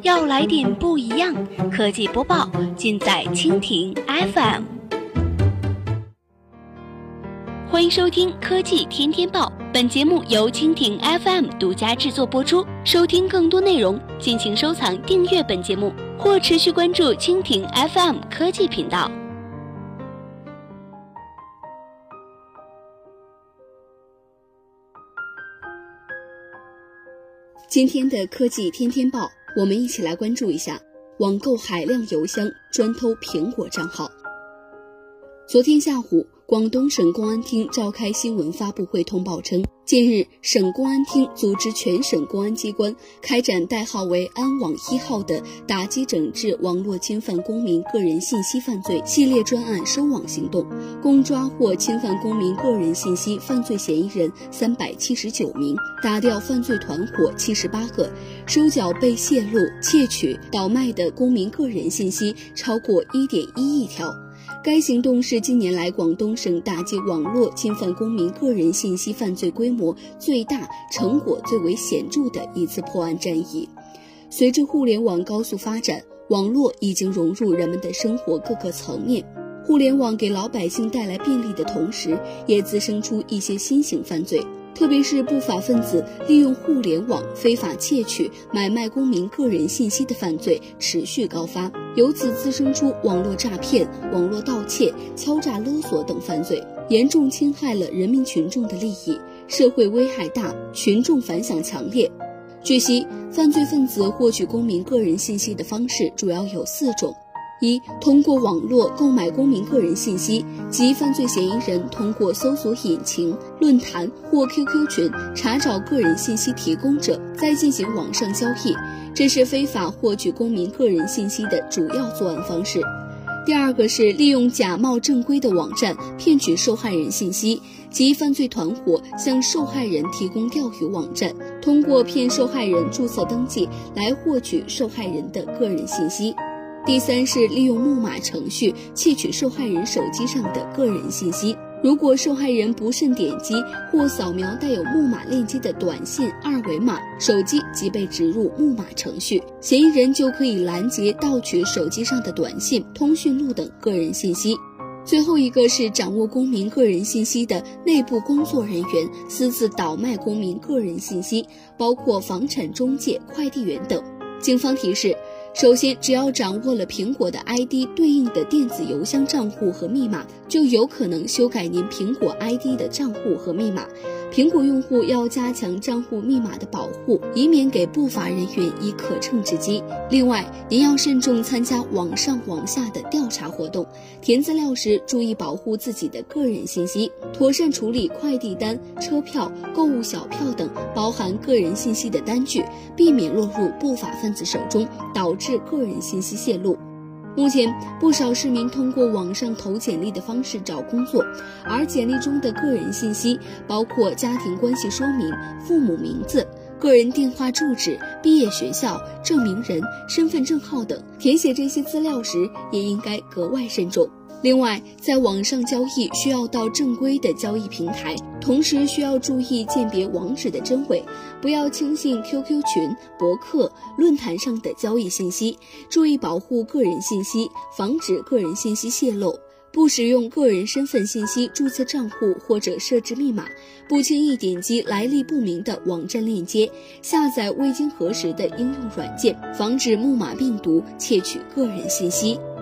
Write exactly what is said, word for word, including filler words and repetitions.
要来点不一样，科技播报尽在蜻蜓 F M。 欢迎收听科技天天报，本节目由蜻蜓 F M 独家制作播出。收听更多内容，敬请收藏订阅本节目或持续关注蜻蜓 F M 科技频道。 今天的科技天天报，我们一起来关注一下网购海量邮箱专偷苹果账号。昨天下午，广东省公安厅召开新闻发布会通报称，近日省公安厅组织全省公安机关开展代号为安网一号的打击整治网络侵犯公民个人信息犯罪系列专案收网行动，共抓获侵犯公民个人信息犯罪嫌疑人三百七十九名，打掉犯罪团伙七十八个，收缴被泄露、窃取、倒卖的公民个人信息超过 一点一亿条。该行动是近年来广东省打击网络侵犯公民个人信息犯罪规模最大、成果最为显著的一次破案战役。随着互联网高速发展，网络已经融入人们的生活各个层面。互联网给老百姓带来便利的同时，也滋生出一些新型犯罪，特别是不法分子利用互联网非法窃取、买卖公民个人信息的犯罪持续高发，由此滋生出网络诈骗、网络盗窃、敲诈勒索等犯罪，严重侵害了人民群众的利益，社会危害大，群众反响强烈。据悉，犯罪分子获取公民个人信息的方式主要有四种。一、通过网络购买公民个人信息，即犯罪嫌疑人通过搜索引擎、论坛或 Q Q 群查找个人信息提供者，再进行网上交易，这是非法获取公民个人信息的主要作案方式。第二个是利用假冒正规的网站骗取受害人信息，即犯罪团伙向受害人提供钓鱼网站，通过骗受害人注册登记来获取受害人的个人信息。第三是利用木马程序窃取受害人手机上的个人信息，如果受害人不慎点击或扫描带有木马链接的短信二维码，手机即被植入木马程序，嫌疑人就可以拦截盗取手机上的短信、通讯录等个人信息。最后一个是掌握公民个人信息的内部工作人员私自倒卖公民个人信息，包括房产中介、快递员等。警方提示，首先，只要掌握了苹果的 I D 对应的电子邮箱账户和密码，就有可能修改您苹果 I D 的账户和密码。苹果用户要加强账户密码的保护，以免给不法人员以可乘之机。另外，您要慎重参加网上网下的调查活动，填资料时注意保护自己的个人信息，妥善处理快递单、车票、购物小票等包含个人信息的单据，避免落入不法分子手中，导致个人信息泄露。目前，不少市民通过网上投简历的方式找工作，而简历中的个人信息包括家庭关系说明、父母名字、个人电话住址、毕业学校、证明人、身份证号等，填写这些资料时也应该格外慎重。另外，在网上交易需要到正规的交易平台，同时需要注意鉴别网址的真伪，不要轻信 Q Q 群、博客、论坛上的交易信息，注意保护个人信息，防止个人信息泄露。不使用个人身份信息注册账户或者设置密码，不轻易点击来历不明的网站链接，下载未经核实的应用软件，防止木马病毒窃取个人信息。